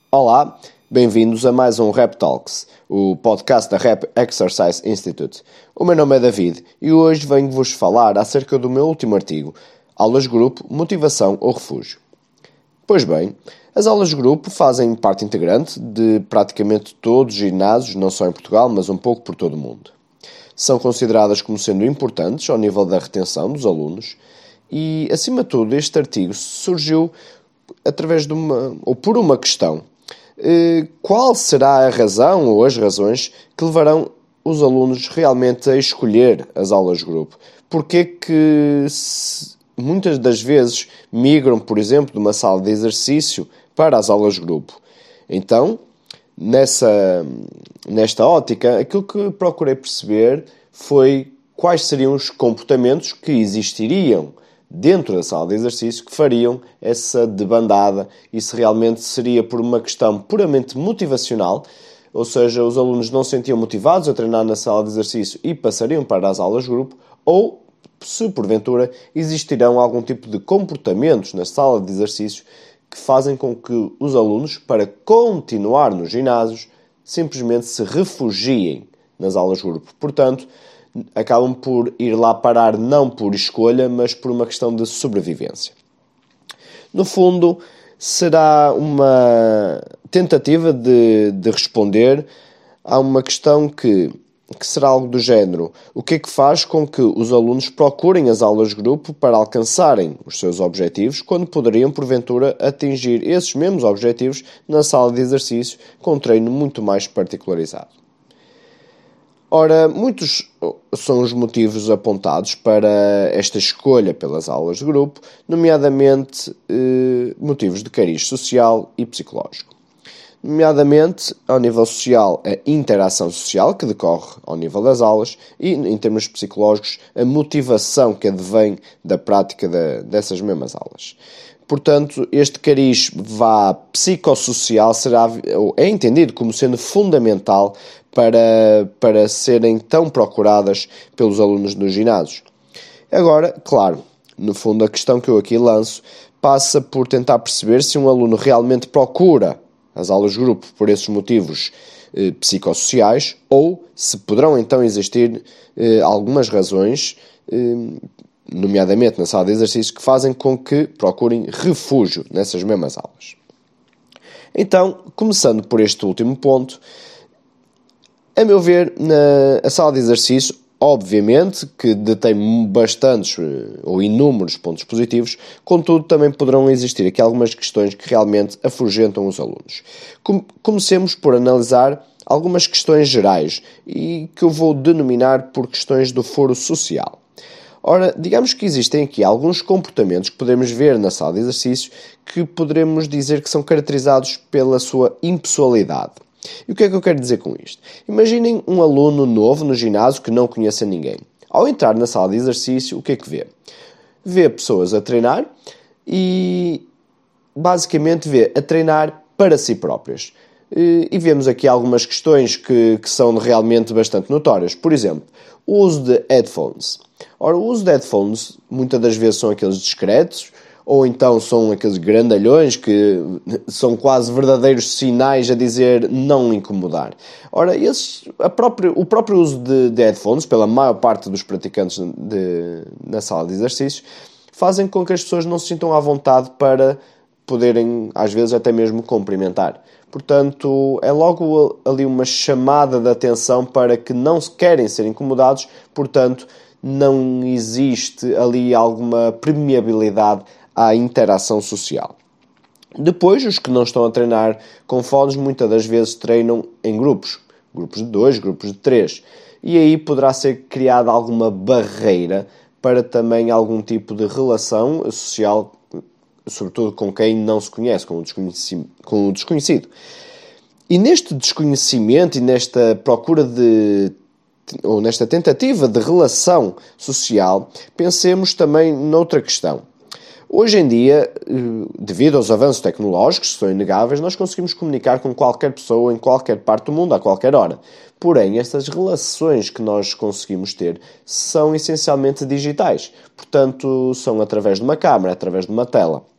Olá, bem-vindos a mais um Rap Talks, o podcast da Rap Exercise Institute. O meu nome é David e hoje venho-vos falar acerca do meu último artigo, Aulas de Grupo, Motivação ou Refúgio. Pois bem, as aulas de grupo fazem parte integrante de praticamente todos os ginásios, não só em Portugal, mas um pouco por todo o mundo. São consideradas como sendo importantes ao nível da retenção dos alunos e, acima de tudo, este artigo surgiu através de por uma questão. Qual será a razão ou as razões que levarão os alunos realmente a escolher as aulas de grupo? Porquê que muitas das vezes migram, por exemplo, de uma sala de exercício para as aulas de grupo? Então, nesta ótica, aquilo que procurei perceber foi quais seriam os comportamentos que existiriam dentro da sala de exercício que fariam essa debandada e se realmente seria por uma questão puramente motivacional, ou seja, os alunos não se sentiam motivados a treinar na sala de exercício e passariam para as aulas de grupo, ou se porventura existirão algum tipo de comportamentos na sala de exercício que fazem com que os alunos, para continuar nos ginásios, simplesmente se refugiem nas aulas de grupo. Portanto, acabam por ir lá parar não por escolha, mas por uma questão de sobrevivência. No fundo, será uma tentativa de responder a uma questão que será algo do género: o que é que faz com que os alunos procurem as aulas de grupo para alcançarem os seus objetivos, quando poderiam, porventura, atingir esses mesmos objetivos na sala de exercício com um treino muito mais particularizado? Ora, muitos são os motivos apontados para esta escolha pelas aulas de grupo, nomeadamente motivos de cariz social e psicológico. Nomeadamente, ao nível social, a interação social que decorre ao nível das aulas e, em termos psicológicos, a motivação que advém da prática dessas mesmas aulas. Portanto, este cariz psicossocial é entendido como sendo fundamental para serem tão procuradas pelos alunos dos ginásios. Agora, claro, no fundo a questão que eu aqui lanço passa por tentar perceber se um aluno realmente procura as aulas de grupo por esses motivos psicossociais ou se poderão então existir algumas razões, nomeadamente na sala de exercício, que fazem com que procurem refúgio nessas mesmas aulas. Então, começando por este último ponto, a meu ver, a sala de exercício, obviamente, que detém bastantes ou inúmeros pontos positivos, contudo, também poderão existir aqui algumas questões que realmente afugentam os alunos. Comecemos por analisar algumas questões gerais e que eu vou denominar por questões do foro social. Ora, digamos que existem aqui alguns comportamentos que podemos ver na sala de exercício que poderemos dizer que são caracterizados pela sua impessoalidade. E o que é que eu quero dizer com isto? Imaginem um aluno novo no ginásio que não conhece ninguém. Ao entrar na sala de exercício, o que é que vê? Vê pessoas a treinar e, basicamente, vê a treinar para si próprias. E vemos aqui algumas questões que são realmente bastante notórias. Por exemplo, o uso de headphones. Ora, o uso de headphones muitas das vezes são aqueles discretos, ou então são aqueles grandalhões que são quase verdadeiros sinais a dizer não incomodar. Ora, o próprio uso de headphones, pela maior parte dos praticantes na sala de exercícios, fazem com que as pessoas não se sintam à vontade para poderem, às vezes, até mesmo cumprimentar. Portanto, é logo ali uma chamada de atenção para que não se querem ser incomodados, portanto, não existe ali alguma permeabilidade à interação social. Depois, os que não estão a treinar com fones, muitas das vezes treinam em grupos de 2, grupos de 3, e aí poderá ser criada alguma barreira para também algum tipo de relação social, sobretudo com quem não se conhece, com o desconhecido. E neste desconhecimento e nesta procura ou nesta tentativa de relação social, pensemos também noutra questão. Hoje em dia, devido aos avanços tecnológicos, que são inegáveis, nós conseguimos comunicar com qualquer pessoa em qualquer parte do mundo, a qualquer hora. Porém, estas relações que nós conseguimos ter são essencialmente digitais. Portanto, são através de uma câmara, através de uma tela.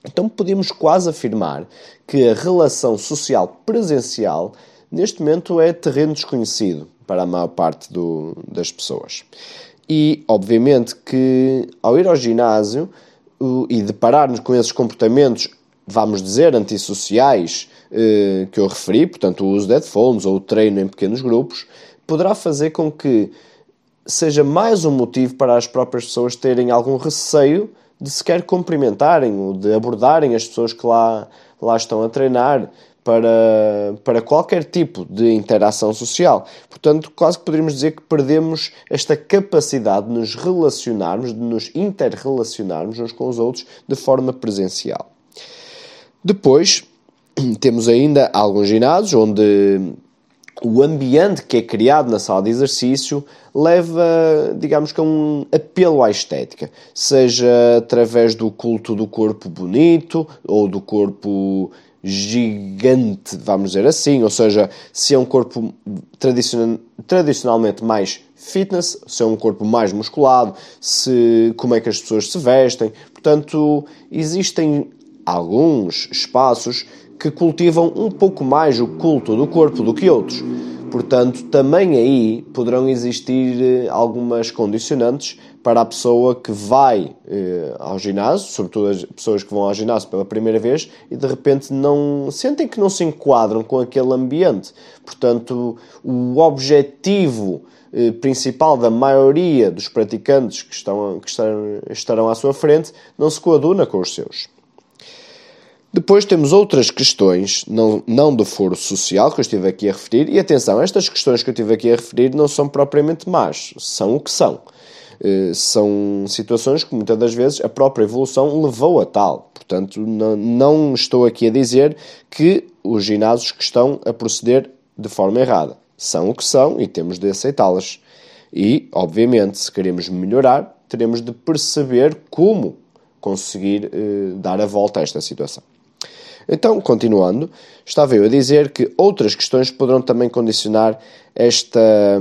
Então podemos quase afirmar que a relação social presencial neste momento é terreno desconhecido para a maior parte das pessoas. E, obviamente, que ao ir ao ginásio e deparar-nos com esses comportamentos, vamos dizer, antissociais que eu referi, portanto, o uso de headphones ou o treino em pequenos grupos, poderá fazer com que seja mais um motivo para as próprias pessoas terem algum receio de sequer cumprimentarem ou de abordarem as pessoas que lá estão a treinar para qualquer tipo de interação social. Portanto, quase que poderíamos dizer que perdemos esta capacidade de nos relacionarmos, de nos interrelacionarmos uns com os outros de forma presencial. Depois, temos ainda alguns ginásios onde o ambiente que é criado na sala de exercício leva, digamos que a um apelo à estética, seja através do culto do corpo bonito ou do corpo gigante, vamos dizer assim, ou seja, se é um corpo tradicionalmente mais fitness, se é um corpo mais musculado, como é que as pessoas se vestem. Portanto, existem alguns espaços que cultivam um pouco mais o culto do corpo do que outros. Portanto, também aí poderão existir algumas condicionantes para a pessoa que vai ao ginásio, sobretudo as pessoas que vão ao ginásio pela primeira vez e de repente sentem que não se enquadram com aquele ambiente. Portanto, o objetivo principal da maioria dos praticantes que estarão à sua frente não se coaduna com os seus. Depois temos outras questões, não do foro social, que eu estive aqui a referir, e atenção, estas questões que eu estive aqui a referir não são propriamente más, são o que são. São situações que muitas das vezes a própria evolução levou a tal. Portanto, não estou aqui a dizer que os ginásios que estão a proceder de forma errada. São o que são e temos de aceitá-las. E, obviamente, se queremos melhorar, teremos de perceber como conseguir dar a volta a esta situação. Então, continuando, estava eu a dizer que outras questões poderão também condicionar este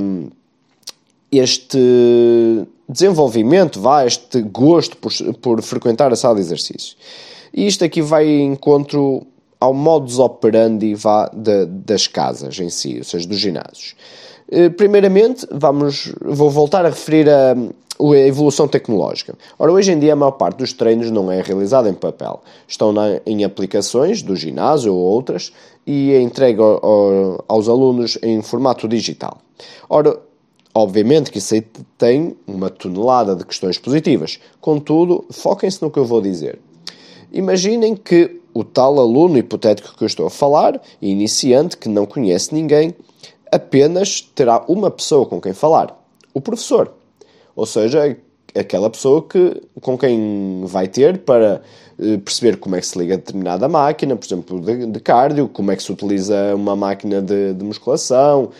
desenvolvimento, este gosto por frequentar a sala de exercício. E isto aqui vai em encontro ao modus operandi das casas em si, ou seja, dos ginásios. Primeiramente, vou voltar a referir a evolução tecnológica. Ora, hoje em dia a maior parte dos treinos não é realizada em papel. Estão em aplicações do ginásio ou outras e é entregue aos alunos em formato digital. Ora, obviamente que isso aí tem uma tonelada de questões positivas. Contudo, foquem-se no que eu vou dizer. Imaginem que o tal aluno hipotético que eu estou a falar, iniciante, que não conhece ninguém, apenas terá uma pessoa com quem falar, o professor. Ou seja, aquela pessoa com quem vai ter para perceber como é que se liga a determinada máquina, por exemplo, de cardio, como é que se utiliza uma máquina de musculação,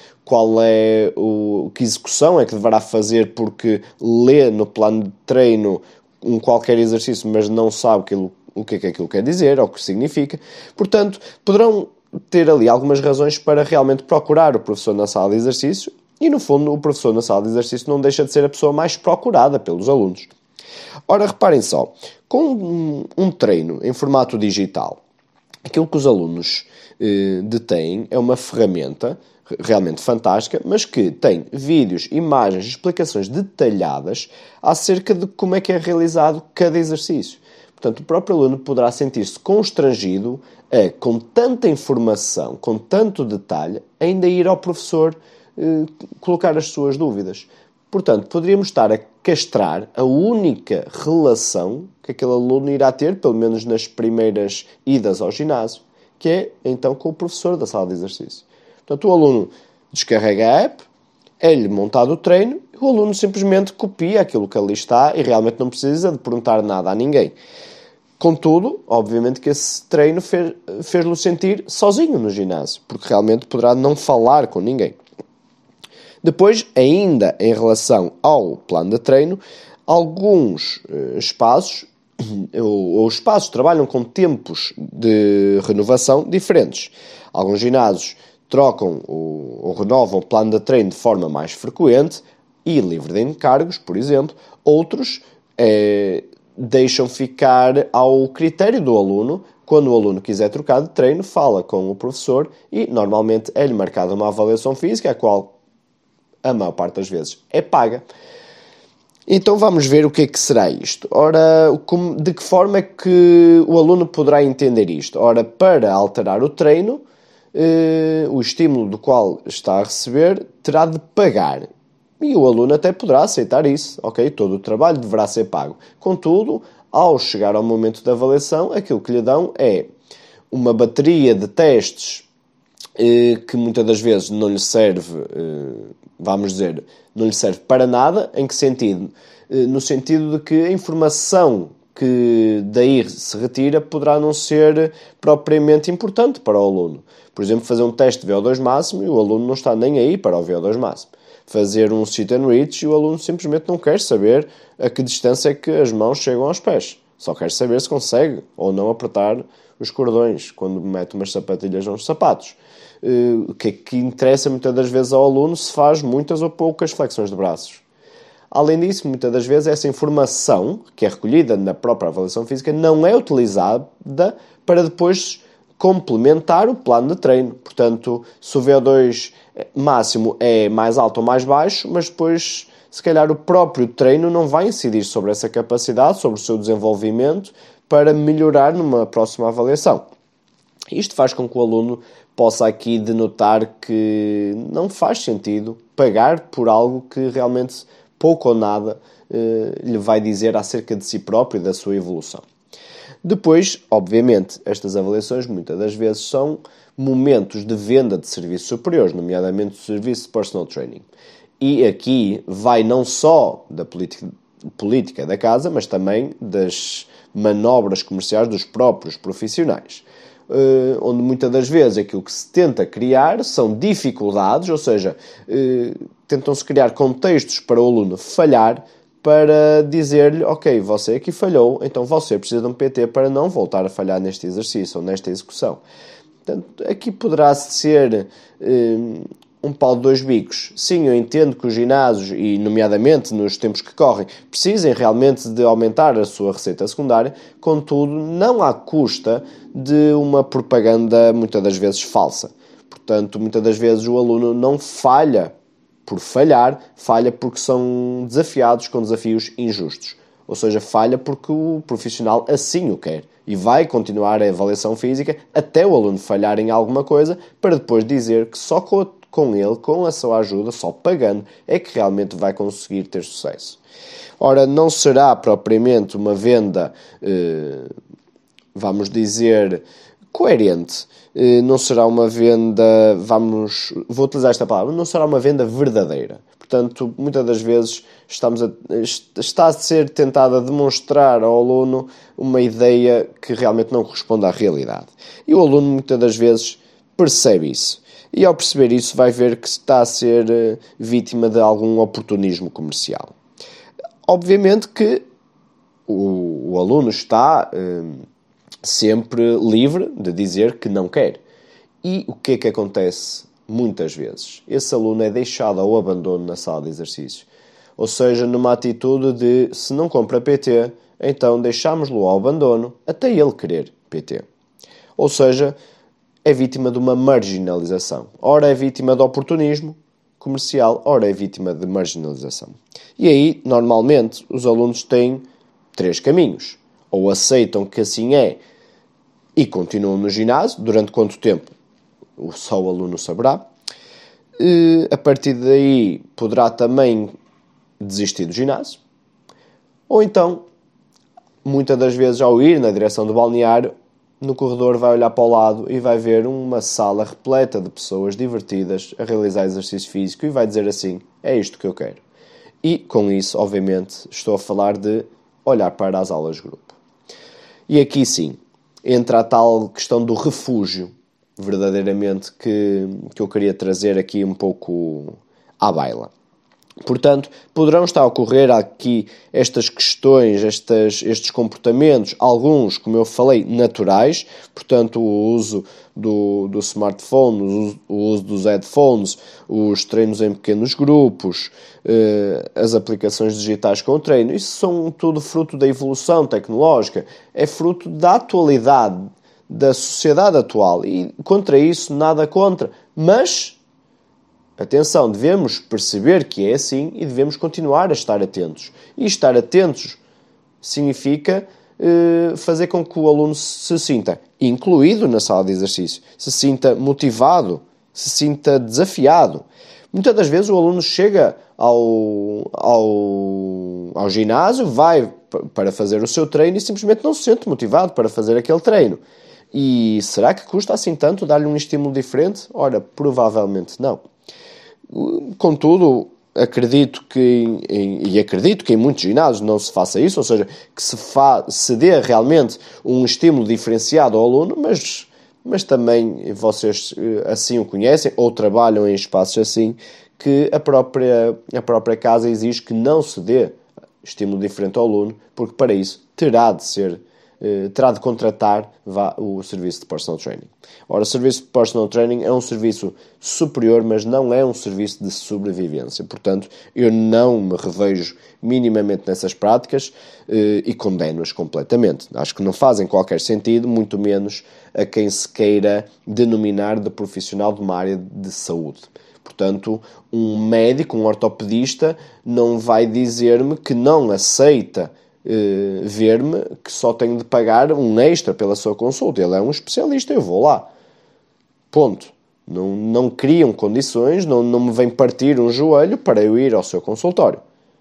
que execução é que deverá fazer porque lê no plano de treino qualquer exercício, mas não sabe o que é que aquilo quer dizer ou o que significa. Portanto, poderão ter ali algumas razões para realmente procurar o professor na sala de exercício e, no fundo, o professor na sala de exercício não deixa de ser a pessoa mais procurada pelos alunos. Ora, reparem só, com um treino em formato digital, aquilo que os alunos detêm é uma ferramenta realmente fantástica, mas que tem vídeos, imagens, explicações detalhadas acerca de como é que é realizado cada exercício. Portanto, o próprio aluno poderá sentir-se constrangido com tanta informação, com tanto detalhe, ainda ir ao professor colocar as suas dúvidas. Portanto, poderíamos estar a castrar a única relação que aquele aluno irá ter, pelo menos nas primeiras idas ao ginásio, que é, então, com o professor da sala de exercício. Portanto, o aluno descarrega a app, é-lhe montado o treino, e o aluno simplesmente copia aquilo que ali está e realmente não precisa de perguntar nada a ninguém. Contudo, obviamente que esse treino fez-lo sentir sozinho no ginásio, porque realmente poderá não falar com ninguém. Depois, ainda em relação ao plano de treino, alguns espaços trabalham com tempos de renovação diferentes. Alguns ginásios trocam ou renovam o plano de treino de forma mais frequente e livre de encargos, por exemplo. Outros deixam ficar ao critério do aluno. Quando o aluno quiser trocar de treino, fala com o professor e normalmente é-lhe marcada uma avaliação física, a qual a maior parte das vezes é paga. Então vamos ver o que é que será isto. Ora, de que forma é que o aluno poderá entender isto? Ora, para alterar o treino, o estímulo do qual está a receber terá de pagar. E o aluno até poderá aceitar isso, ok? Todo o trabalho deverá ser pago. Contudo, ao chegar ao momento da avaliação, aquilo que lhe dão é uma bateria de testes que muitas das vezes não lhe serve, vamos dizer, não lhe serve para nada. Em que sentido? No sentido de que a informação que daí se retira poderá não ser propriamente importante para o aluno. Por exemplo, fazer um teste de VO2 máximo e o aluno não está nem aí para o VO2 máximo. Fazer um sit and reach e o aluno simplesmente não quer saber a que distância é que as mãos chegam aos pés. Só quer saber se consegue ou não apertar os cordões quando mete umas sapatilhas nos sapatos. O que é que interessa muitas das vezes ao aluno se faz muitas ou poucas flexões de braços. Além disso, muitas das vezes essa informação que é recolhida na própria avaliação física não é utilizada para depois complementar o plano de treino. Portanto, se o VO2 máximo é mais alto ou mais baixo, mas depois, se calhar, o próprio treino não vai incidir sobre essa capacidade, sobre o seu desenvolvimento, para melhorar numa próxima avaliação. Isto faz com que o aluno possa aqui denotar que não faz sentido pagar por algo que realmente pouco ou nada lhe vai dizer acerca de si próprio e da sua evolução. Depois, obviamente, estas avaliações muitas das vezes são momentos de venda de serviços superiores, nomeadamente o serviço de personal training. E aqui vai não só da política da casa, mas também das manobras comerciais dos próprios profissionais. Onde muitas das vezes aquilo que se tenta criar são dificuldades, ou seja, tentam-se criar contextos para o aluno falhar, para dizer-lhe, ok, você aqui falhou, então você precisa de um PT para não voltar a falhar neste exercício ou nesta execução. Portanto, aqui poderá ser um pau de dois bicos. Sim, eu entendo que os ginásios, e nomeadamente nos tempos que correm, precisem realmente de aumentar a sua receita secundária, contudo, não à custa de uma propaganda muitas das vezes falsa. Portanto, muitas das vezes o aluno não falha por falhar, falha porque são desafiados com desafios injustos. Ou seja, falha porque o profissional assim o quer. E vai continuar a avaliação física até o aluno falhar em alguma coisa, para depois dizer que só com ele, com a sua ajuda, só pagando, é que realmente vai conseguir ter sucesso. Ora, não será propriamente uma venda, vamos dizer, coerente. Não será uma venda, vou utilizar esta palavra, não será uma venda verdadeira. Portanto, muitas das vezes está a ser tentada demonstrar ao aluno uma ideia que realmente não corresponde à realidade. E o aluno muitas das vezes percebe isso. E ao perceber isso vai ver que está a ser vítima de algum oportunismo comercial. Obviamente que o aluno está sempre livre de dizer que não quer. E o que é que acontece muitas vezes? Esse aluno é deixado ao abandono na sala de exercícios. Ou seja, numa atitude de, se não compra PT, então deixámos-lo ao abandono até ele querer PT. Ou seja, é vítima de uma marginalização. Ora é vítima de oportunismo comercial, ora é vítima de marginalização. E aí, normalmente, os alunos têm 3 caminhos. Ou aceitam que assim é e continuam no ginásio, durante quanto tempo só o aluno saberá. A partir daí poderá também desistir do ginásio. Ou então, muitas das vezes ao ir na direção do balneário, no corredor vai olhar para o lado e vai ver uma sala repleta de pessoas divertidas a realizar exercício físico e vai dizer assim, é isto que eu quero. E com isso, obviamente, estou a falar de olhar para as aulas de grupo. E aqui sim, entra a tal questão do refúgio, verdadeiramente, que eu queria trazer aqui um pouco à baila. Portanto, poderão estar a ocorrer aqui estas questões, estes comportamentos, alguns, como eu falei, naturais, portanto, o uso do smartphone, o uso dos headphones, os treinos em pequenos grupos, as aplicações digitais com o treino, isso são tudo fruto da evolução tecnológica, é fruto da atualidade, da sociedade atual, e contra isso, nada contra, mas atenção, devemos perceber que é assim e devemos continuar a estar atentos. E estar atentos significa fazer com que o aluno se sinta incluído na sala de exercício, se sinta motivado, se sinta desafiado. Muitas das vezes o aluno chega ao ginásio, vai para fazer o seu treino e simplesmente não se sente motivado para fazer aquele treino. E será que custa assim tanto dar-lhe um estímulo diferente? Ora, provavelmente não. Contudo, acredito que em muitos ginásios não se faça isso, ou seja, que se dê realmente um estímulo diferenciado ao aluno, mas também vocês assim o conhecem, ou trabalham em espaços assim, que a própria casa exige que não se dê estímulo diferente ao aluno, porque para isso terá de contratar o serviço de personal training. Ora, o serviço de personal training é um serviço superior, mas não é um serviço de sobrevivência. Portanto, eu não me revejo minimamente nessas práticas e condeno-as completamente. Acho que não fazem qualquer sentido, muito menos a quem se queira denominar de profissional de uma área de saúde. Portanto, um médico, um ortopedista, não vai dizer-me que não aceita ver-me, que só tenho de pagar um extra pela sua consulta. Ele é um especialista, eu vou lá. Ponto. Não criam condições, não me vem partir um joelho para eu ir ao seu consultório.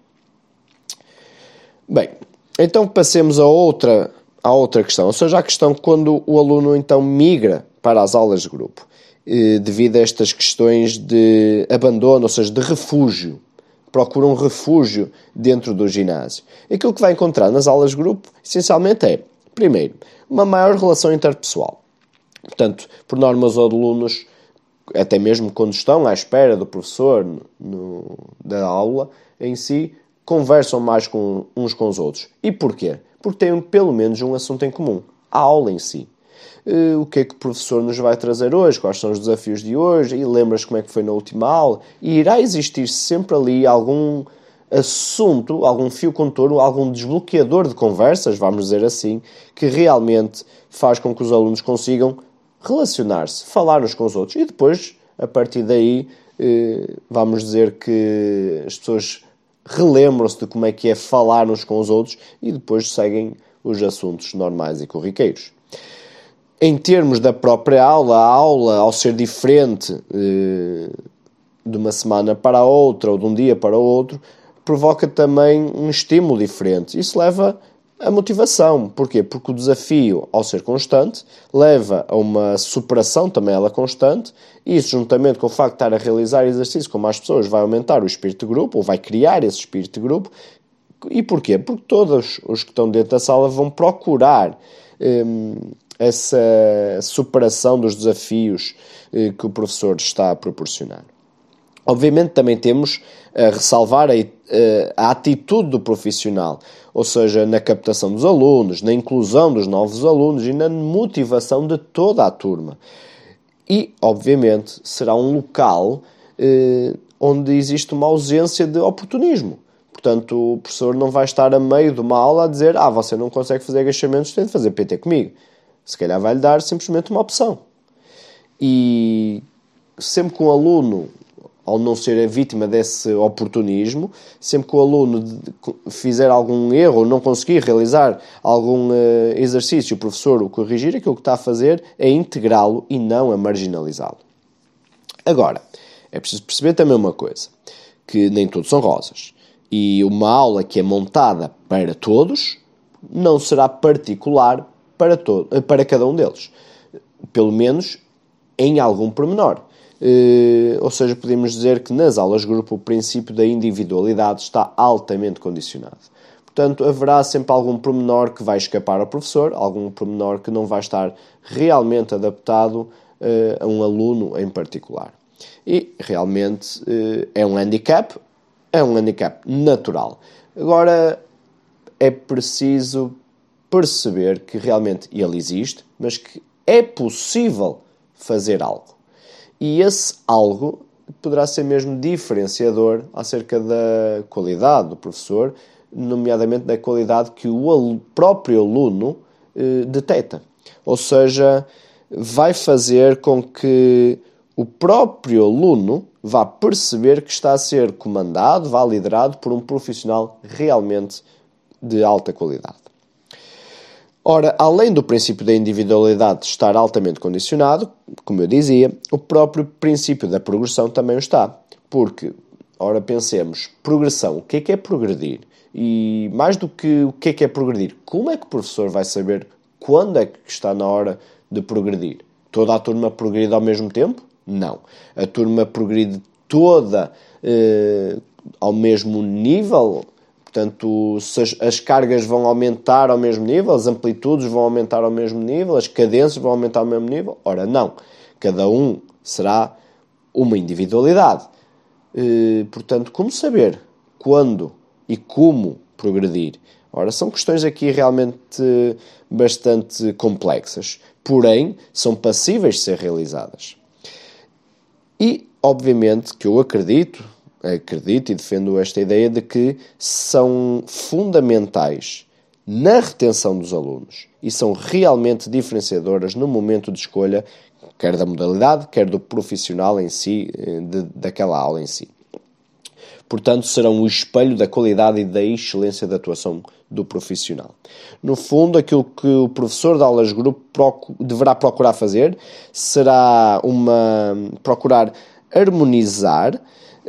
Bem, então passemos a outra questão, ou seja, a questão quando o aluno então migra para as aulas de grupo, devido a estas questões de abandono, ou seja, de refúgio. Procura um refúgio dentro do ginásio. Aquilo que vai encontrar nas aulas de grupo, essencialmente é, primeiro, uma maior relação interpessoal. Portanto, por norma, os alunos, até mesmo quando estão à espera do professor da aula em si, conversam mais uns com os outros. E porquê? Porque têm pelo menos um assunto em comum, a aula em si. O que é que o professor nos vai trazer hoje, quais são os desafios de hoje, e lembras como é que foi na última aula, e irá existir sempre ali algum assunto, algum fio condutor, algum desbloqueador de conversas, vamos dizer assim, que realmente faz com que os alunos consigam relacionar-se, falar uns com os outros, e depois, a partir daí, vamos dizer que as pessoas relembram-se de como é que é falar uns com os outros, e depois seguem os assuntos normais e corriqueiros. Em termos da própria aula, a aula, ao ser diferente de uma semana para a outra ou de um dia para o outro, provoca também um estímulo diferente. Isso leva a motivação. Porquê? Porque o desafio, ao ser constante, leva a uma superação também ela constante, e isso, juntamente com o facto de estar a realizar exercícios com mais pessoas, vai aumentar o espírito de grupo, ou vai criar esse espírito de grupo. E porquê? Porque todos os que estão dentro da sala vão procurar essa superação dos desafios que o professor está a proporcionar. Obviamente também temos a ressalvar a atitude do profissional, ou seja, na captação dos alunos, na inclusão dos novos alunos e na motivação de toda a turma. E, obviamente, será um local onde existe uma ausência de oportunismo. Portanto, o professor não vai estar a meio de uma aula a dizer você não consegue fazer agachamentos, tem de fazer PT comigo. Se calhar vai-lhe dar simplesmente uma opção. E sempre que um aluno, ao não ser a vítima desse oportunismo, sempre que o aluno fizer algum erro ou não conseguir realizar algum exercício, o professor o corrigir, aquilo que está a fazer é integrá-lo e não a marginalizá-lo. Agora, é preciso perceber também uma coisa, que nem tudo são rosas. E uma aula que é montada para todos não será particular para cada um deles, pelo menos em algum pormenor. Ou seja, podemos dizer que nas aulas de grupo o princípio da individualidade está altamente condicionado. Portanto, haverá sempre algum pormenor que vai escapar ao professor, algum pormenor que não vai estar realmente adaptado a um aluno em particular. E realmente é um handicap, É um handicap natural. Agora, é preciso perceber que realmente ele existe, mas que é possível fazer algo. E esse algo poderá ser mesmo diferenciador acerca da qualidade do professor, nomeadamente da qualidade que o próprio aluno detecta. Ou seja, vai fazer com que o próprio aluno vá perceber que está a ser comandado, vá liderado por um profissional realmente de alta qualidade. Ora, além do princípio da individualidade estar altamente condicionado, como eu dizia, o próprio princípio da progressão também o está. Porque, ora, pensemos, progressão, o que é progredir? E mais do que o que é progredir, como é que o professor vai saber quando é que está na hora de progredir? Toda a turma progride ao mesmo tempo? Não. A turma progride toda ao mesmo nível? Portanto, se as cargas vão aumentar ao mesmo nível, as amplitudes vão aumentar ao mesmo nível, as cadências vão aumentar ao mesmo nível? Ora, não. Cada um será uma individualidade. Portanto, como saber quando e como progredir? Ora, são questões aqui realmente bastante complexas, porém, são passíveis de ser realizadas. E, obviamente, que eu acredito e defendo esta ideia de que são fundamentais na retenção dos alunos e são realmente diferenciadoras no momento de escolha, quer da modalidade, quer do profissional em si, daquela aula em si. Portanto, serão o espelho da qualidade e da excelência da atuação do profissional. No fundo, aquilo que o professor de aulas de grupo deverá procurar fazer será procurar harmonizar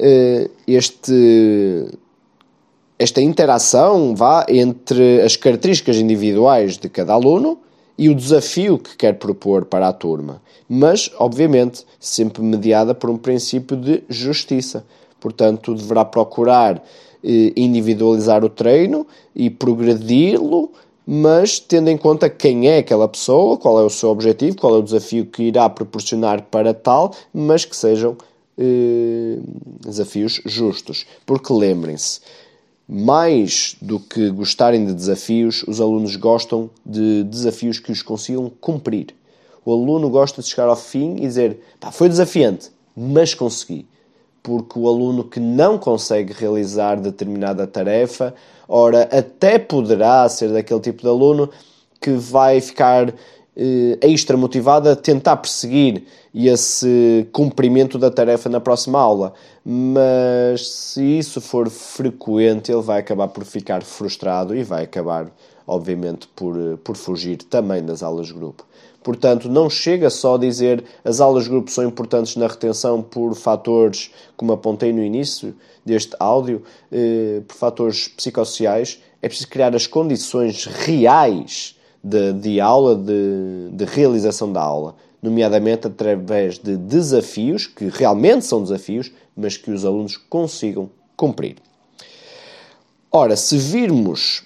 esta interação entre as características individuais de cada aluno e o desafio que quer propor para a turma, mas, obviamente, sempre mediada por um princípio de justiça. Portanto, deverá procurar individualizar o treino e progredi-lo, mas tendo em conta quem é aquela pessoa, qual é o seu objetivo, qual é o desafio que irá proporcionar para tal, mas que sejam desafios justos. Porque lembrem-se, mais do que gostarem de desafios, os alunos gostam de desafios que os consigam cumprir. O aluno gosta de chegar ao fim e dizer, foi desafiante, mas consegui. Porque o aluno que não consegue realizar determinada tarefa, ora, até poderá ser daquele tipo de aluno que vai ficar extra motivado a tentar perseguir esse cumprimento da tarefa na próxima aula. Mas se isso for frequente, ele vai acabar por ficar frustrado e vai acabar, obviamente, por fugir também das aulas de grupo. Portanto, não chega só a dizer as aulas de grupo são importantes na retenção por fatores, como apontei no início deste áudio, por fatores psicossociais. É preciso criar as condições reais de aula, de realização da aula, nomeadamente através de desafios, que realmente são desafios, mas que os alunos consigam cumprir. Ora, se virmos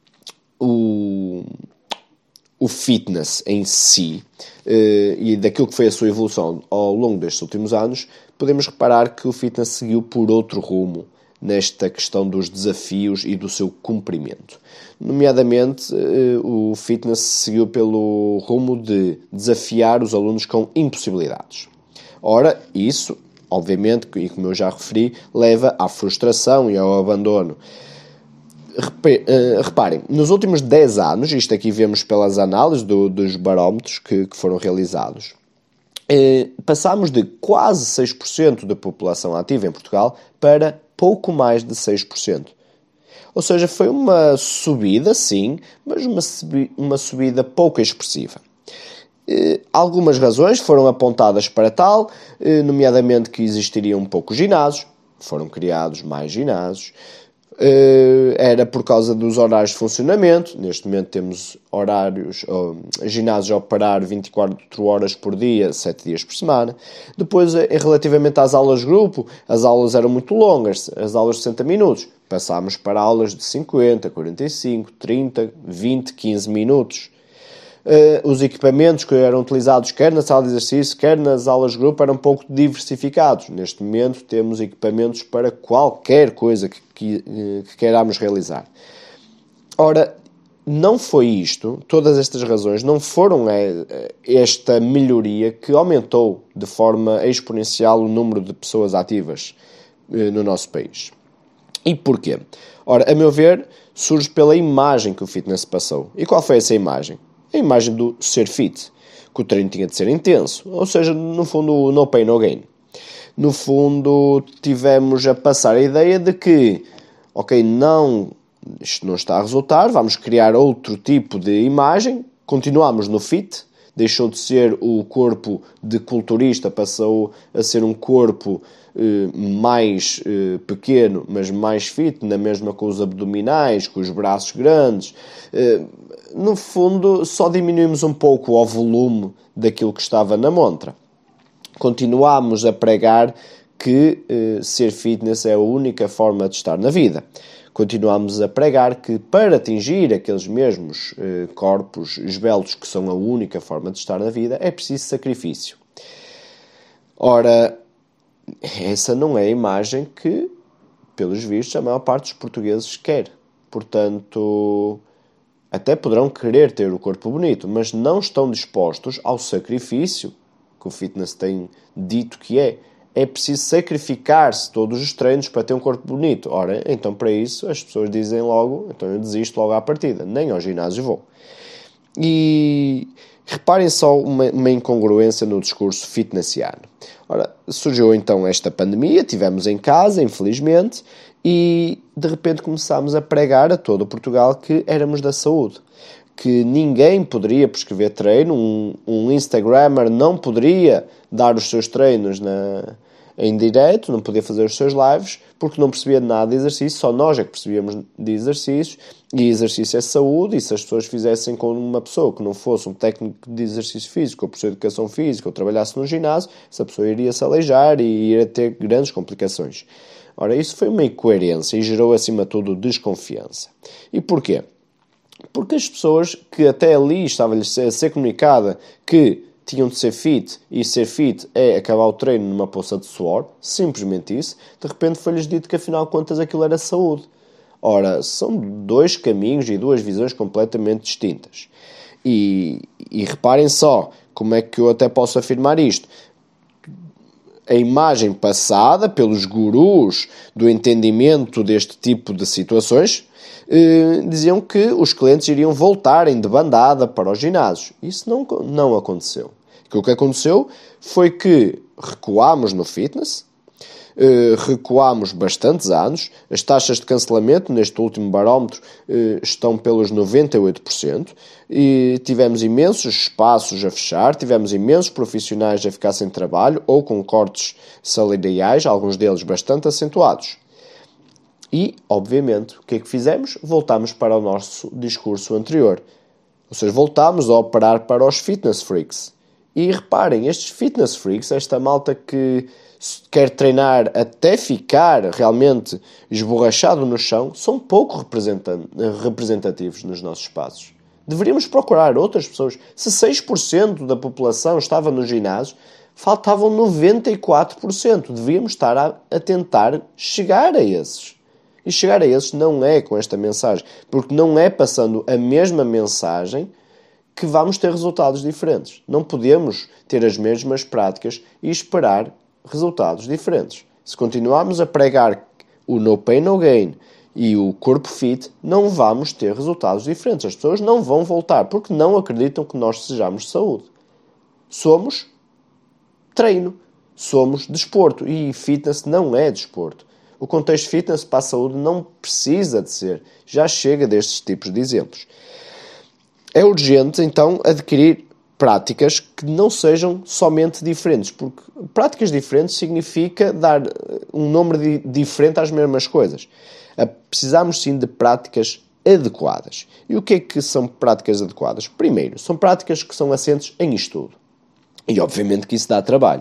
o fitness em si e daquilo que foi a sua evolução ao longo destes últimos anos, podemos reparar que o fitness seguiu por outro rumo nesta questão dos desafios e do seu cumprimento. Nomeadamente, o fitness seguiu pelo rumo de desafiar os alunos com impossibilidades. Ora, isso, obviamente, e como eu já referi, leva à frustração e ao abandono. Reparem, nos últimos 10 anos, isto aqui vemos pelas análises dos barómetros que foram realizados, passámos de quase 6% da população ativa em Portugal para pouco mais de 6%. Ou seja, foi uma subida, sim, mas uma subida pouco expressiva. Algumas razões foram apontadas para tal, nomeadamente que existiriam poucos ginásios, foram criados mais ginásios, era por causa dos horários de funcionamento. Neste momento temos ginásios a operar 24 horas por dia, 7 dias por semana. Depois, relativamente às aulas de grupo, as aulas eram muito longas, as aulas de 60 minutos. Passámos para aulas de 50, 45, 30, 20, 15 minutos. os equipamentos que eram utilizados quer na sala de exercício, quer nas aulas de grupo, eram um pouco diversificados. Neste momento temos equipamentos para qualquer coisa que queiramos realizar. Ora, não foi isto, todas estas razões, não foram esta melhoria que aumentou de forma exponencial o número de pessoas ativas no nosso país. E porquê? Ora, a meu ver, surge pela imagem que o fitness passou. E qual foi essa imagem? A imagem do ser fit, que o treino tinha de ser intenso, ou seja, no fundo, no pain, no gain. No fundo, tivemos a passar a ideia de que, ok, isto não está a resultar, vamos criar outro tipo de imagem, continuamos no fit, deixou de ser o corpo de culturista, passou a ser um corpo mais pequeno, mas mais fit, na mesma com os abdominais, com os braços grandes. No fundo, só diminuímos um pouco o volume daquilo que estava na montra. Continuamos a pregar que ser fitness é a única forma de estar na vida. Continuamos a pregar que para atingir aqueles mesmos corpos esbeltos que são a única forma de estar na vida, é preciso sacrifício. Ora, essa não é a imagem que, pelos vistos, a maior parte dos portugueses quer. Portanto, até poderão querer ter o corpo bonito, mas não estão dispostos ao sacrifício que o fitness tem dito que é. É preciso sacrificar-se todos os treinos para ter um corpo bonito. Ora, então para isso as pessoas dizem logo, então eu desisto logo à partida, nem ao ginásio vou. E reparem só uma incongruência no discurso fitnessiano. Ora, surgiu então esta pandemia, tivemos em casa, infelizmente, e de repente começámos a pregar a todo Portugal que éramos da saúde. Que ninguém poderia prescrever treino, um Instagrammer não poderia dar os seus treinos em direto, não podia fazer os seus lives, porque não percebia nada de exercício, só nós é que percebíamos de exercícios, e exercício é saúde, e se as pessoas fizessem com uma pessoa que não fosse um técnico de exercício físico, ou professor de educação física, ou trabalhasse no ginásio, essa pessoa iria se aleijar e iria ter grandes complicações. Ora, isso foi uma incoerência e gerou, acima de tudo, desconfiança. E porquê? Porque as pessoas que até ali estava-lhes a ser comunicada que tinham de ser fit, e ser fit é acabar o treino numa poça de suor, simplesmente isso, de repente foi-lhes dito que afinal de contas aquilo era saúde. Ora, são dois caminhos e duas visões completamente distintas. E reparem só como é que eu até posso afirmar isto. A imagem passada pelos gurus do entendimento deste tipo de situações diziam que os clientes iriam voltar em debandada para os ginásios. Isso não aconteceu. O que aconteceu foi que recuámos no fitness, recuámos bastantes anos, as taxas de cancelamento neste último barómetro estão pelos 98%, e tivemos imensos espaços a fechar, tivemos imensos profissionais a ficar sem trabalho ou com cortes salariais, alguns deles bastante acentuados. E, obviamente, o que é que fizemos? Voltámos para o nosso discurso anterior. Ou seja, voltámos a operar para os fitness freaks. E reparem, estes fitness freaks, esta malta que quer treinar até ficar realmente esborrachado no chão, são pouco representativos nos nossos espaços. Deveríamos procurar outras pessoas. Se 6% da população estava no ginásio, faltavam 94%. Devíamos estar a tentar chegar a esses. E chegar a esses não é com esta mensagem, porque não é passando a mesma mensagem que vamos ter resultados diferentes. Não podemos ter as mesmas práticas e esperar resultados diferentes. Se continuarmos a pregar o no pain, no gain e o corpo fit, não vamos ter resultados diferentes. As pessoas não vão voltar porque não acreditam que nós sejamos saúde. Somos treino, somos desporto, e fitness não é desporto. O contexto fitness para a saúde não precisa de ser. Já chega destes tipos de exemplos. É urgente, então, adquirir práticas que não sejam somente diferentes, porque práticas diferentes significa dar um nome diferente às mesmas coisas. Precisamos, sim, de práticas adequadas. E o que é que são práticas adequadas? Primeiro, são práticas que são assentes em estudo. E, obviamente, que isso dá trabalho.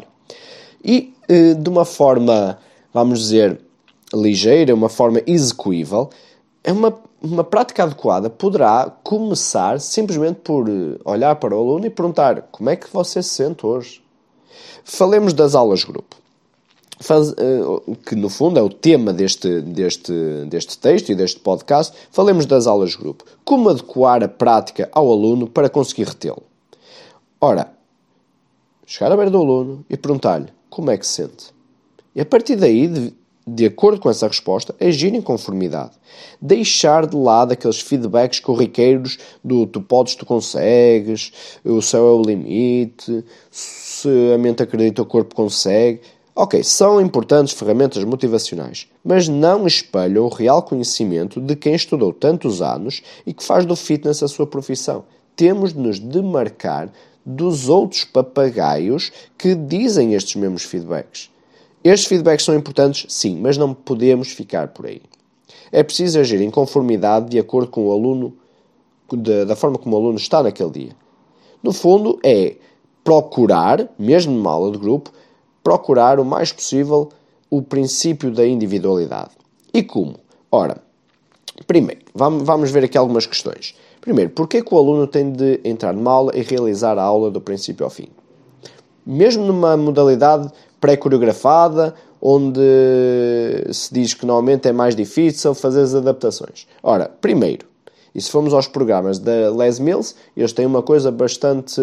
E, de uma forma, vamos dizer, ligeira, uma forma execuível, é uma prática adequada poderá começar simplesmente por olhar para o aluno e perguntar: como é que você se sente hoje? Falemos das aulas de grupo, que no fundo é o tema deste texto e deste podcast. Falemos das aulas de grupo. Como adequar a prática ao aluno para conseguir retê-lo? Ora, chegar à beira do aluno e perguntar-lhe como é que se sente. E a partir daí, de acordo com essa resposta, agir em conformidade. Deixar de lado aqueles feedbacks corriqueiros do tu podes, tu consegues, o céu é o limite, se a mente acredita, o corpo consegue. Ok, são importantes ferramentas motivacionais, mas não espelham o real conhecimento de quem estudou tantos anos e que faz do fitness a sua profissão. Temos de nos demarcar dos outros papagaios que dizem estes mesmos feedbacks. Estes feedbacks são importantes, sim, mas não podemos ficar por aí. É preciso agir em conformidade de acordo com o aluno, da forma como o aluno está naquele dia. No fundo, é procurar, mesmo numa aula de grupo, procurar o mais possível o princípio da individualidade. E como? Ora, primeiro, vamos ver aqui algumas questões. Primeiro, porquê que o aluno tem de entrar numa aula e realizar a aula do princípio ao fim? Mesmo numa modalidade pré-coreografada, onde se diz que normalmente é mais difícil fazer as adaptações. Ora, primeiro, e se formos aos programas da Les Mills, eles têm uma coisa bastante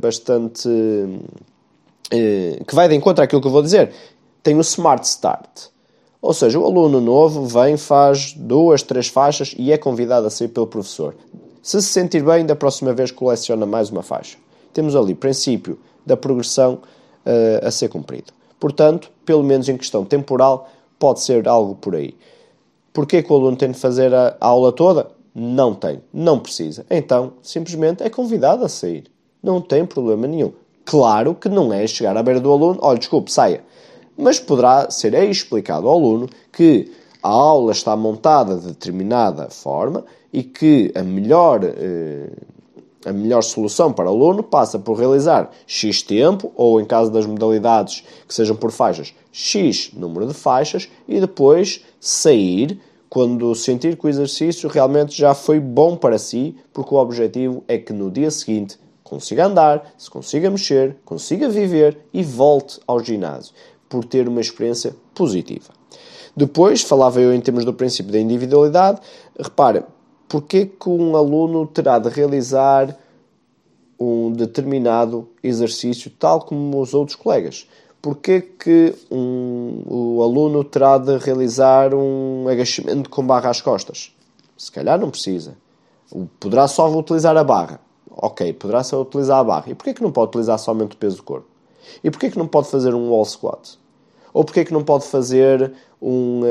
que vai de encontro àquilo que eu vou dizer. Tem o Smart Start. Ou seja, o aluno novo vem, faz 2, 3 faixas e é convidado a sair pelo professor. Se sentir bem, da próxima vez coleciona mais uma faixa. Temos ali o princípio da progressão a ser cumprido. Portanto, pelo menos em questão temporal, pode ser algo por aí. Porquê que o aluno tem de fazer a aula toda? Não tem, não precisa. Então, simplesmente é convidado a sair. Não tem problema nenhum. Claro que não é chegar à beira do aluno, olha, desculpe, saia. Mas poderá ser explicado ao aluno que a aula está montada de determinada forma e que a melhor solução para o aluno passa por realizar X tempo, ou em caso das modalidades que sejam por faixas, X número de faixas, e depois sair quando sentir que o exercício realmente já foi bom para si, porque o objetivo é que no dia seguinte consiga andar, se consiga mexer, consiga viver e volte ao ginásio, por ter uma experiência positiva. Depois, falava eu em termos do princípio da individualidade. Repare, porquê que um aluno terá de realizar um determinado exercício tal como os outros colegas? Porquê que o aluno terá de realizar um agachamento com barra às costas? Se calhar não precisa. Poderá só utilizar a barra. Ok, poderá só utilizar a barra. E porquê que não pode utilizar somente o peso do corpo? E porquê que não pode fazer um wall squat? Ou porquê que não pode fazer um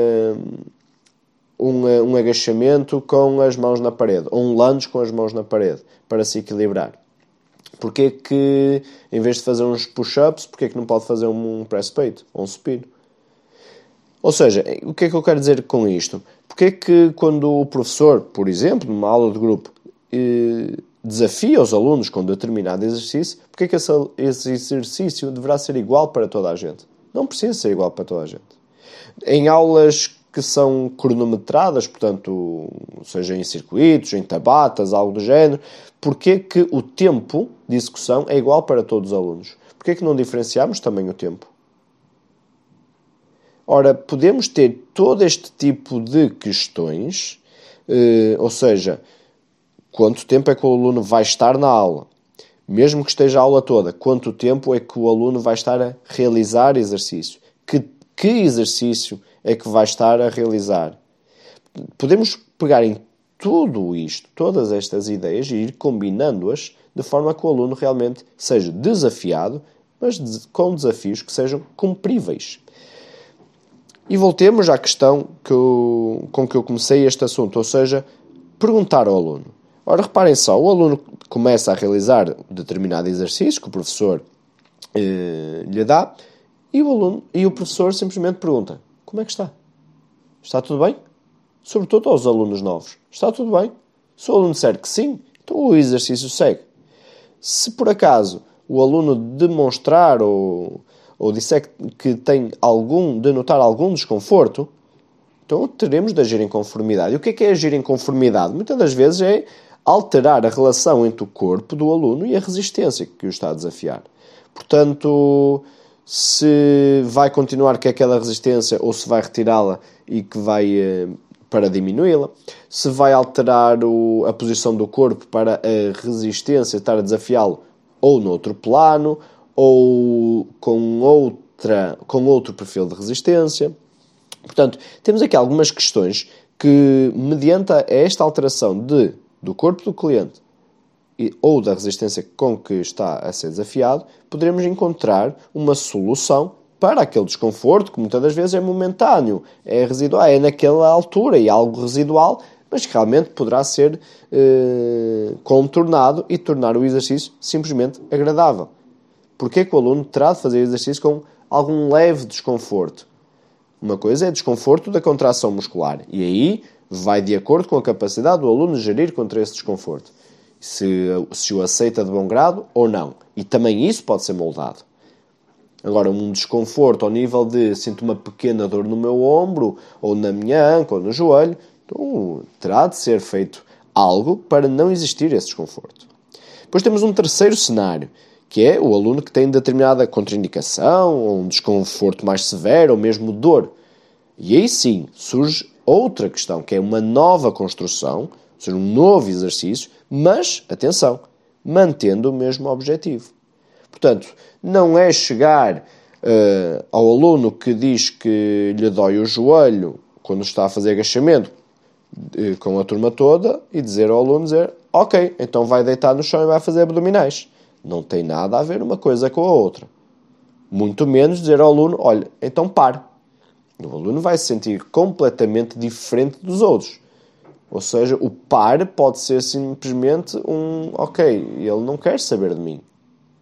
agachamento com as mãos na parede? Ou um lunge com as mãos na parede, para se equilibrar? Porquê que, em vez de fazer uns push-ups, porquê que não pode fazer um press peito? Ou um supino? Ou seja, o que é que eu quero dizer com isto? Porquê que quando o professor, por exemplo, numa aula de grupo, desafia os alunos com determinado exercício, porquê que esse exercício deverá ser igual para toda a gente? Não precisa ser igual para toda a gente. Em aulas que são cronometradas, portanto, seja em circuitos, em tabatas, algo do género, porquê que o tempo de execução é igual para todos os alunos? Porquê que não diferenciamos também o tempo? Ora, podemos ter todo este tipo de questões, ou seja, quanto tempo é que o aluno vai estar na aula? Mesmo que esteja a aula toda, quanto tempo é que o aluno vai estar a realizar exercício? Que exercício é que vai estar a realizar? Podemos pegar em tudo isto, todas estas ideias, e ir combinando-as de forma que o aluno realmente seja desafiado, mas com desafios que sejam cumpríveis. E voltemos à questão com que eu comecei este assunto, ou seja, perguntar ao aluno. Ora, reparem só, o aluno começa a realizar determinado exercício que o professor lhe dá, e o professor simplesmente pergunta: como é que está? Está tudo bem? Sobretudo aos alunos novos. Está tudo bem? Se o aluno disser que sim, então o exercício segue. Se por acaso o aluno demonstrar ou disser que tem denotar algum desconforto, Então teremos de agir em conformidade. E o que é agir em conformidade? Muitas das vezes é alterar a relação entre o corpo do aluno e a resistência que o está a desafiar. Portanto, se vai continuar com aquela resistência ou se vai retirá-la e que vai para diminuí-la, se vai alterar a posição do corpo para a resistência estar a desafiá-lo ou noutro plano ou com outro perfil de resistência. Portanto, temos aqui algumas questões que, mediante esta alteração do corpo do cliente ou da resistência com que está a ser desafiado, poderemos encontrar uma solução para aquele desconforto, que muitas das vezes é momentâneo, é residual, é naquela altura e algo residual, mas que realmente poderá ser contornado e tornar o exercício simplesmente agradável. Porquê que o aluno terá de fazer exercício com algum leve desconforto? Uma coisa é desconforto da contração muscular, e aí vai de acordo com a capacidade do aluno gerir contra esse desconforto. Se o aceita de bom grado ou não. E também isso pode ser moldado. Agora, um desconforto ao nível de sinto uma pequena dor no meu ombro, ou na minha anca, ou no joelho, então terá de ser feito algo para não existir esse desconforto. Depois temos um terceiro cenário, que é o aluno que tem determinada contraindicação, ou um desconforto mais severo, ou mesmo dor. E aí sim surge outra questão, que é uma nova construção, ou seja, um novo exercício, mas, atenção, mantendo o mesmo objetivo. Portanto, não é chegar ao aluno que diz que lhe dói o joelho quando está a fazer agachamento com a turma toda e dizer ao aluno, ok, então vai deitar no chão e vai fazer abdominais. Não tem nada a ver uma coisa com a outra. Muito menos dizer ao aluno, olha, então pare. O aluno vai se sentir completamente diferente dos outros. Ou seja, o par pode ser simplesmente ok, ele não quer saber de mim.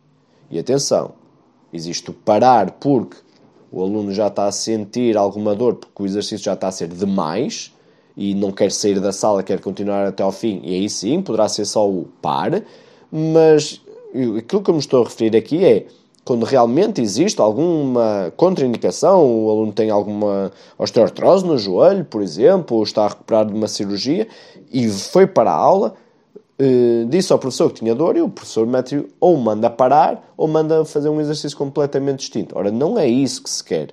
E atenção, existe o parar porque o aluno já está a sentir alguma dor, porque o exercício já está a ser demais e não quer sair da sala, quer continuar até ao fim, e aí sim poderá ser só o par, mas aquilo que eu me estou a referir aqui é quando realmente existe alguma contraindicação, o aluno tem alguma osteoartrose no joelho, por exemplo, ou está a recuperar de uma cirurgia e foi para a aula, disse ao professor que tinha dor e o professor mete ou manda parar ou manda fazer um exercício completamente distinto. Ora, não é isso que se quer.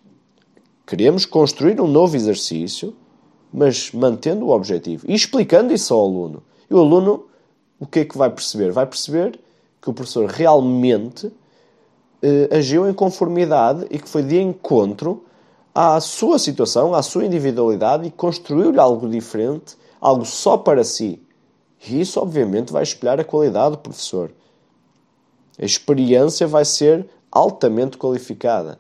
Queremos construir um novo exercício, mas mantendo o objetivo e explicando isso ao aluno. E o aluno, o que é que vai perceber? Vai perceber que o professor realmente agiu em conformidade e que foi de encontro à sua situação, à sua individualidade e construiu-lhe algo diferente, algo só para si. E isso, obviamente, vai espelhar a qualidade do professor. A experiência vai ser altamente qualificada.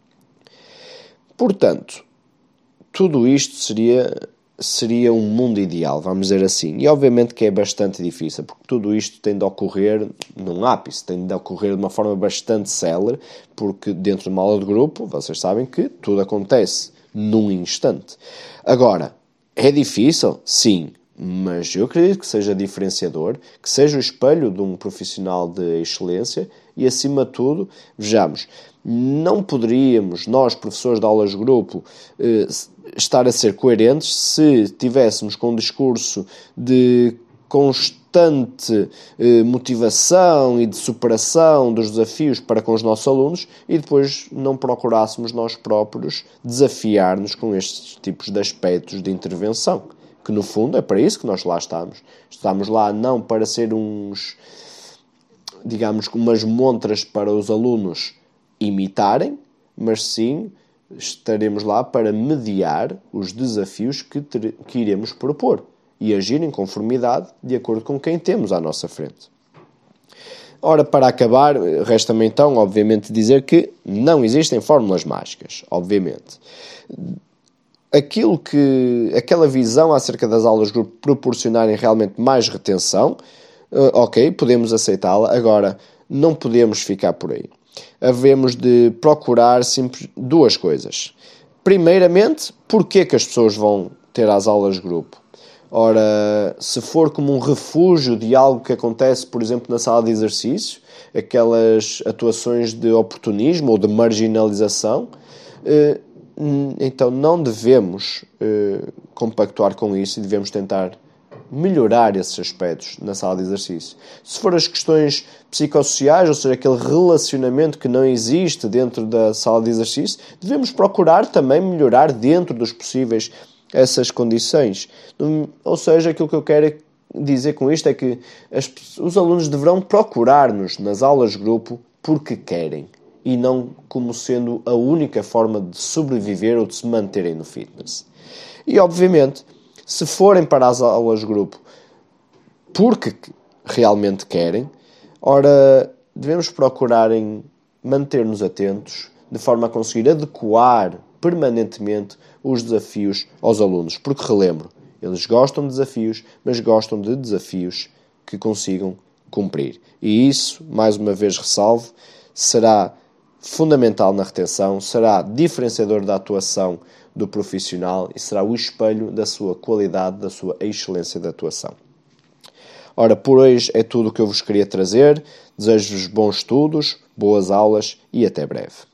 Portanto, tudo isto seria um mundo ideal, vamos dizer assim. E obviamente que é bastante difícil, porque tudo isto tem de ocorrer num ápice, tem de ocorrer de uma forma bastante célere, porque dentro de uma aula de grupo, vocês sabem que tudo acontece num instante. Agora, é difícil? Sim. Mas eu acredito que seja diferenciador, que seja o espelho de um profissional de excelência e, acima de tudo, vejamos, não poderíamos, nós, professores de aulas de grupo, estar a ser coerentes se tivéssemos com um discurso de constante motivação e de superação dos desafios para com os nossos alunos e depois não procurássemos nós próprios desafiar-nos com estes tipos de aspectos de intervenção. Que no fundo é para isso que nós lá estamos. Estamos lá não para ser umas montras para os alunos imitarem, mas sim estaremos lá para mediar os desafios que iremos propor e agir em conformidade de acordo com quem temos à nossa frente. Ora, para acabar, resta-me então, obviamente, dizer que não existem fórmulas mágicas, obviamente. Aquela visão acerca das aulas de grupo proporcionarem realmente mais retenção, ok, podemos aceitá-la, agora não podemos ficar por aí. Havemos de procurar sempre duas coisas. Primeiramente, porquê que as pessoas vão ter as aulas de grupo? Ora, se for como um refúgio de algo que acontece, por exemplo, na sala de exercício, aquelas atuações de oportunismo ou de marginalização, então não devemos compactuar com isso e devemos tentar melhorar esses aspectos na sala de exercício. Se for as questões psicossociais, ou seja, aquele relacionamento que não existe dentro da sala de exercício, devemos procurar também melhorar dentro dos possíveis essas condições. Ou seja, aquilo que eu quero dizer com isto é que os alunos deverão procurar-nos nas aulas de grupo porque querem e não como sendo a única forma de sobreviver ou de se manterem no fitness. E, obviamente, se forem para as aulas de grupo porque realmente querem, ora, devemos procurar manter-nos atentos de forma a conseguir adequar permanentemente os desafios aos alunos. Porque, relembro, eles gostam de desafios, mas gostam de desafios que consigam cumprir. E isso, mais uma vez ressalvo, será fundamental na retenção, será diferenciador da atuação do profissional e será o espelho da sua qualidade, da sua excelência de atuação. Ora, por hoje é tudo o que eu vos queria trazer. Desejo-vos bons estudos, boas aulas e até breve.